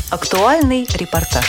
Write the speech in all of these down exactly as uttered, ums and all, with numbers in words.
Актуальный репортаж.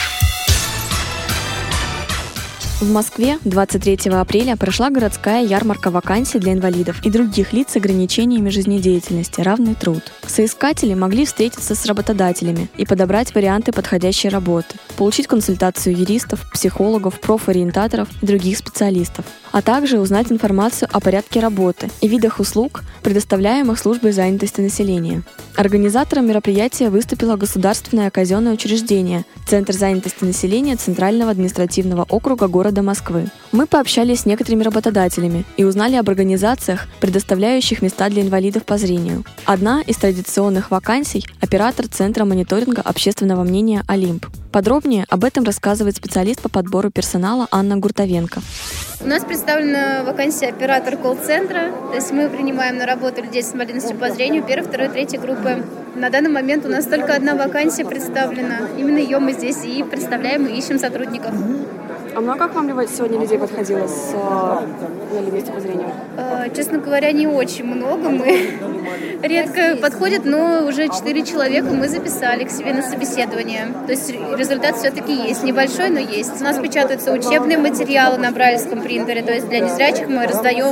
В Москве двадцать третьего апреля прошла городская ярмарка вакансий для инвалидов и других лиц с ограничениями жизнедеятельности «Равный труд». Соискатели могли встретиться с работодателями и подобрать варианты подходящей работы, получить консультацию юристов, психологов, профориентаторов и других специалистов, а также узнать информацию о порядке работы и видах услуг, предоставляемых службой занятости населения. Организатором мероприятия выступило государственное казенное учреждение Центр занятости населения Центрального административного округа города Москвы. Мы пообщались с некоторыми работодателями и узнали об организациях, предоставляющих места для инвалидов по зрению. Одна из традиционных вакансий – оператор Центра мониторинга общественного мнения «Олимп». Подробнее об этом рассказывает специалист по подбору персонала Анна Гуртовенко. У нас представлена вакансия оператор колл-центра, то есть мы принимаем на работу людей с инвалидностью по зрению первой, второй, третьей группы. На данный момент у нас только одна вакансия представлена. Именно ее мы здесь и представляем, и ищем сотрудников. А много к вам сегодня людей подходило с инвалидностью по зрению? Честно говоря, не очень много. Мы редко подходят, но уже четыре человека мы записали к себе на собеседование. То есть результат все-таки есть. Небольшой, но есть. У нас печатаются учебные материалы на брайлевском принтере. То есть для незрячих мы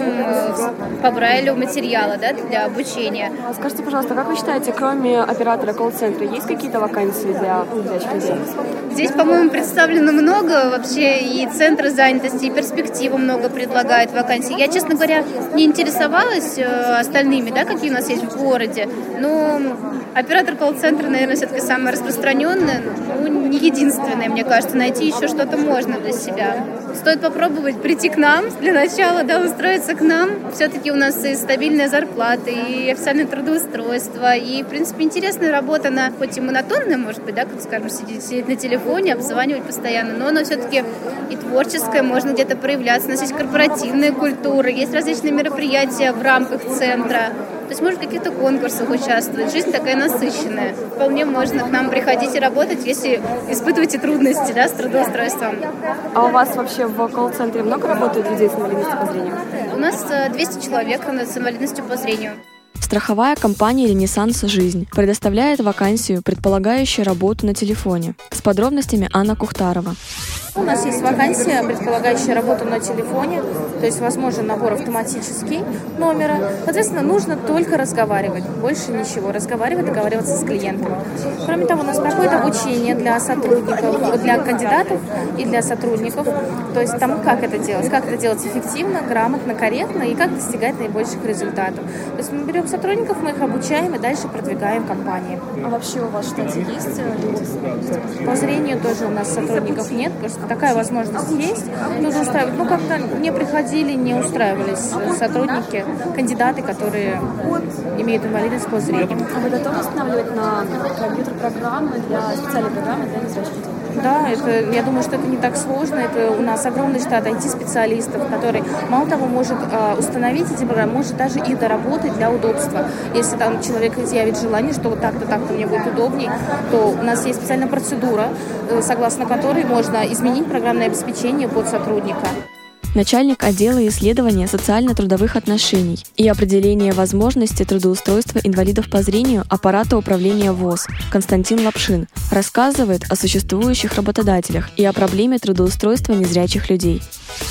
раздаем по брайлю материалы, да, для обучения. Скажите, пожалуйста, как вы считаете, кроме оператора колл-центра, есть какие-то вакансии для незрячих людей? Здесь, по-моему, представлено много вообще. И центры занятости, и перспектива много предлагает вакансий. Я, честно говоря, не интересовалась э, остальными, да, какие у нас есть в городе, но оператор колл-центра, наверное, все-таки самое распространенное, ну, не единственное, мне кажется. Найти еще что-то можно для себя. Стоит попробовать прийти к нам для начала, да, устроиться к нам. Все-таки у нас и стабильная зарплата, и официальное трудоустройство, и, в принципе, интересная работа. Она хоть и монотонная, может быть, да, как, скажем, сидеть, сидеть на телефоне, обзванивать постоянно, но она все-таки и творческое, можно где-то проявляться. У нас есть корпоративная культура, есть различные мероприятия в рамках центра. То есть можно в каких-то конкурсах участвовать. Жизнь такая насыщенная. Вполне можно к нам приходить и работать, если испытываете трудности, да, с трудоустройством. А у вас вообще в колл-центре много работает людей с инвалидностью по зрению? У нас двести человек с инвалидностью по зрению. Страховая компания «Ренессанс Жизнь» предоставляет вакансию, предполагающую работу на телефоне. С подробностями Анна Кухтарова. У нас есть вакансия, предполагающая работу на телефоне, то есть возможен набор автоматический номера. Соответственно, нужно только разговаривать, больше ничего. Разговаривать, договариваться с клиентом. Кроме того, у нас проходит обучение для сотрудников, для кандидатов и для сотрудников. То есть тому, как это делать, как это делать эффективно, грамотно, корректно и как достигать наибольших результатов. То есть мы берем сотрудников, мы их обучаем и дальше продвигаем компании. А вообще у вас в штате есть люди? По зрению тоже у нас сотрудников нет, просто такая возможность есть. Нужно устраивать. Ну, как-то не приходили, не устраивались сотрудники, кандидаты, которые имеют инвалидность по зрению. А вы готовы устанавливать на компьютер программы для специальной программы для незрячих людей? Да, это, я думаю, что это не так сложно. Это у нас огромный штат ай ти-специалистов, который, мало того, может э, установить эти программы, может даже и доработать для удобства. Если там человек изъявит желание, что вот так-то, так-то мне будет удобней, то у нас есть специальная процедура, э, согласно которой можно изменить программное обеспечение под сотрудника. Начальник отдела исследования социально-трудовых отношений и определения возможности трудоустройства инвалидов по зрению аппарата управления ВОС Константин Лапшин рассказывает о существующих работодателях и о проблеме трудоустройства незрячих людей.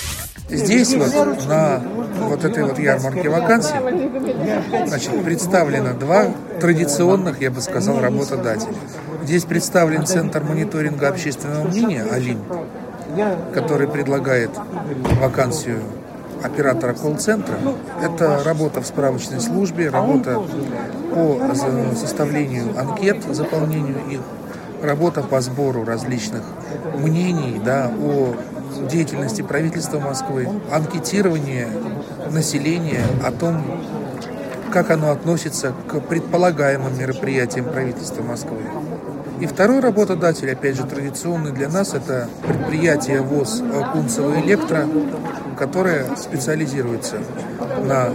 Здесь вот на вот этой вот ярмарке вакансий, значит, представлено два традиционных, я бы сказал, работодателя. Здесь представлен Центр мониторинга общественного мнения «Олимп», который предлагает вакансию оператора колл-центра. Это работа в справочной службе, работа по составлению анкет, заполнению их, работа по сбору различных мнений, да, о деятельности правительства Москвы, анкетирование населения о том, как оно относится к предполагаемым мероприятиям правительства Москвы. И второй работодатель, опять же, традиционный для нас, это предприятие ВОС Кунцево Электро, которое специализируется на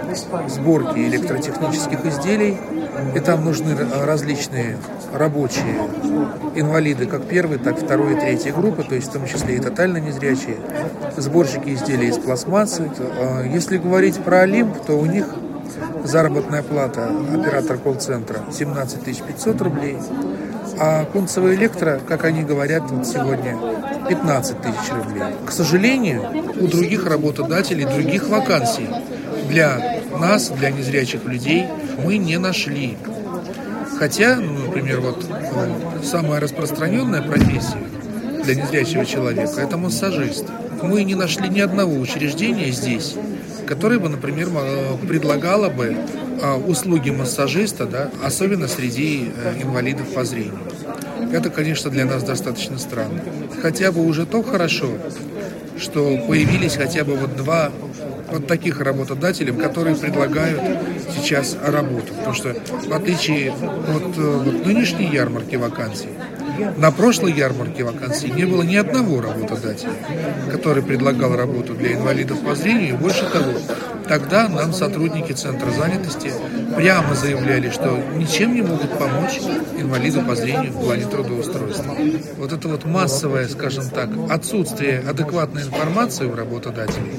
сборке электротехнических изделий. И там нужны различные рабочие инвалиды, как первой, так и второй и третьей группы, то есть в том числе и тотально незрячие, сборщики изделий из пластмассы. Если говорить про Олимп, то у них заработная плата оператора колл-центра семнадцать тысяч пятьсот рублей, А Кунцево Электро, как они говорят вот сегодня, пятнадцать тысяч рублей. К сожалению, у других работодателей других вакансий для нас, для незрячих людей, мы не нашли. Хотя, ну, например, вот самая распространенная профессия для незрячего человека – это массажист. Мы не нашли ни одного учреждения здесь, которое бы, например, предлагало бы услуги массажиста, да, особенно среди инвалидов по зрению. Это, конечно, для нас достаточно странно. Хотя бы уже то хорошо, что появились хотя бы вот два вот таких работодателей, которые предлагают сейчас работу. Потому что в отличие от вот, нынешней ярмарки вакансий, на прошлой ярмарке вакансий не было ни одного работодателя, который предлагал работу для инвалидов по зрению. И больше того, тогда нам сотрудники Центра занятости прямо заявляли, что ничем не могут помочь инвалиду по зрению в плане трудоустройства. Вот это вот массовое, скажем так, отсутствие адекватной информации у работодателей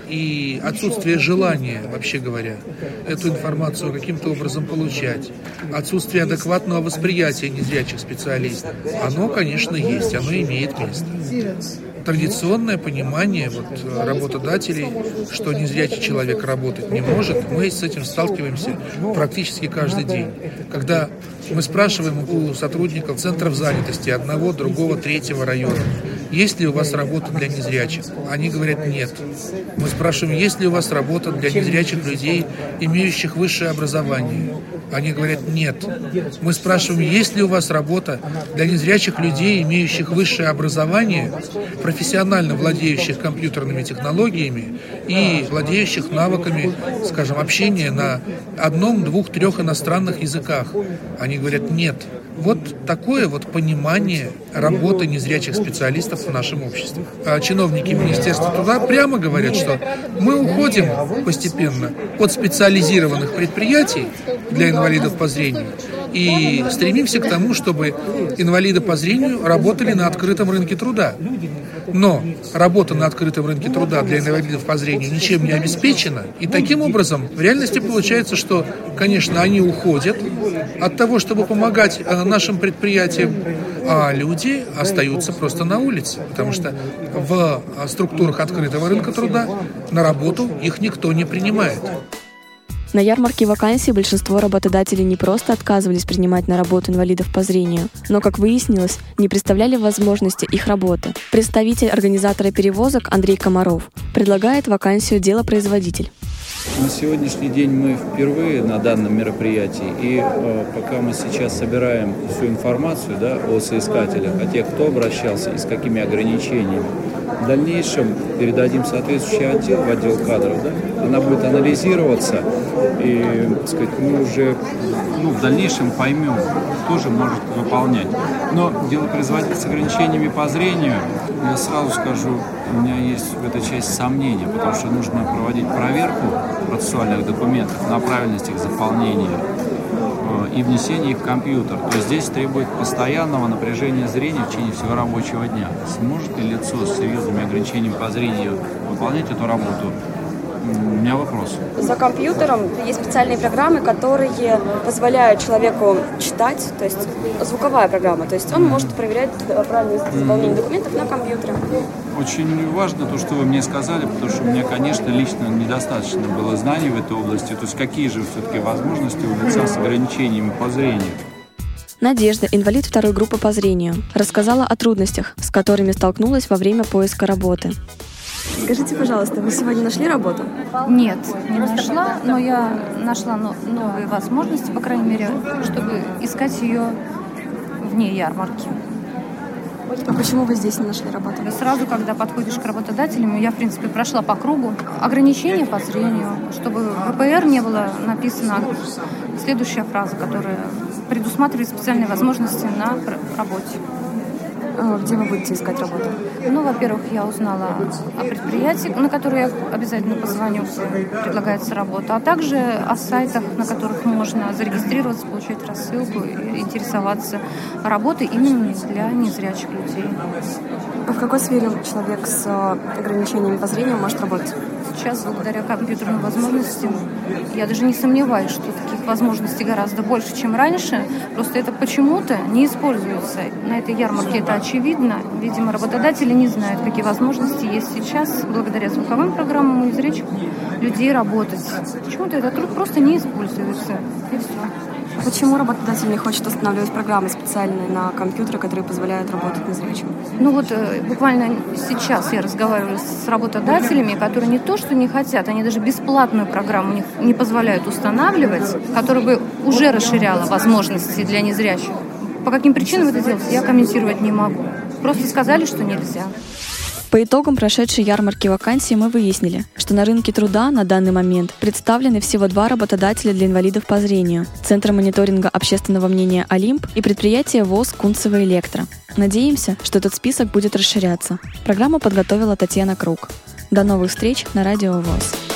и отсутствие желания, вообще говоря, эту информацию каким-то образом получать, отсутствие адекватного восприятия незрячих специалистов, оно, конечно, есть, оно имеет место. Традиционное понимание вот, работодателей, что незрячий человек работать не может, мы с этим сталкиваемся практически каждый день. Когда мы спрашиваем у сотрудников центров занятости одного, другого, третьего района, есть ли у вас работа для незрячих? Они говорят нет. Мы спрашиваем, есть ли у вас работа для незрячих людей, имеющих высшее образование? Они говорят нет. Мы спрашиваем, есть ли у вас работа для незрячих людей, имеющих высшее образование, профессионально владеющих компьютерными технологиями и владеющих навыками, скажем, общения на одном, двух, трех иностранных языках? Они говорят нет. Вот такое вот понимание работы незрячих специалистов в нашем обществе. А чиновники Министерства труда прямо говорят, что мы уходим постепенно от специализированных предприятий для инвалидов по зрению и стремимся к тому, чтобы инвалиды по зрению работали на открытом рынке труда. Но работа на открытом рынке труда для инвалидов по зрению ничем не обеспечена. И таким образом в реальности получается, что, конечно, они уходят от того, чтобы помогать нашим предприятиям, а люди остаются просто на улице. Потому что в структурах открытого рынка труда на работу их никто не принимает. На ярмарке вакансий большинство работодателей не просто отказывались принимать на работу инвалидов по зрению, но, как выяснилось, не представляли возможности их работы. Представитель организатора перевозок Андрей Комаров предлагает вакансию делопроизводитель. На сегодняшний день мы впервые на данном мероприятии, и э, пока мы сейчас собираем всю информацию, да, о соискателях, о тех, кто обращался и с какими ограничениями, в дальнейшем передадим соответствующий отдел, в отдел кадров, да, она будет анализироваться, и, так сказать, мы уже ну, в дальнейшем поймем, кто же может выполнять. Но делопроизводитель с ограничениями по зрению, я сразу скажу, у меня есть в этой части сомнения, потому что нужно проводить проверку процессуальных документов на правильность их заполнения э, и внесения их в компьютер. То есть здесь требует постоянного напряжения зрения в течение всего рабочего дня. Сможет ли лицо с серьезными ограничениями по зрению выполнять эту работу? У меня вопрос. За компьютером есть специальные программы, которые позволяют человеку читать, то есть звуковая программа, то есть он может проверять правильность заполнения документов на компьютере. Очень важно то, что вы мне сказали, потому что у меня, конечно, лично недостаточно было знаний в этой области. То есть какие же все-таки возможности у лица с ограничениями по зрению? Надежда, инвалид второй группы по зрению, рассказала о трудностях, с которыми столкнулась во время поиска работы. Скажите, пожалуйста, вы сегодня нашли работу? Нет, не нашла, но я нашла новые возможности, по крайней мере, чтобы искать ее вне ярмарки. А почему вы здесь не нашли работу? Сразу, когда подходишь к работодателям, я, в принципе, прошла по кругу. Ограничения по зрению, чтобы в ВПР не было написано следующая фраза, которая предусматривает специальные возможности на работе. Где вы будете искать работу? Ну, во-первых, я узнала о предприятии, на которое я обязательно позвоню, предлагается работа, а также о сайтах, на которых можно зарегистрироваться, получать рассылку и интересоваться работой именно для незрячих людей. А в какой сфере человек с ограничениями по зрению может работать? сейчас, благодаря компьютерным возможностям, я даже не сомневаюсь, что таких возможностей гораздо больше, чем раньше. Просто это почему-то не используется. На этой ярмарке это очевидно. Видимо, работодатели не знают, какие возможности есть сейчас, благодаря звуковым программам и зрячих людей работать. Почему-то этот труд просто не используется. И все. Почему работодатель не хочет устанавливать программы специальные на компьютеры, которые позволяют работать незрячим? Ну вот э, буквально сейчас я разговариваю с работодателями, которые не то что не хотят, они даже бесплатную программу не, не позволяют устанавливать, которая бы уже расширяла возможности для незрячих. По каким причинам это делается, я комментировать не могу. Просто сказали, что нельзя. По итогам прошедшей ярмарки вакансий мы выяснили, что на рынке труда на данный момент представлены всего два работодателя для инвалидов по зрению – Центр мониторинга общественного мнения «Олимп» и предприятие ВОЗ «Кунцево Электро». Надеемся, что этот список будет расширяться. Программу подготовила Татьяна Круг. До новых встреч на Радио ВОЗ.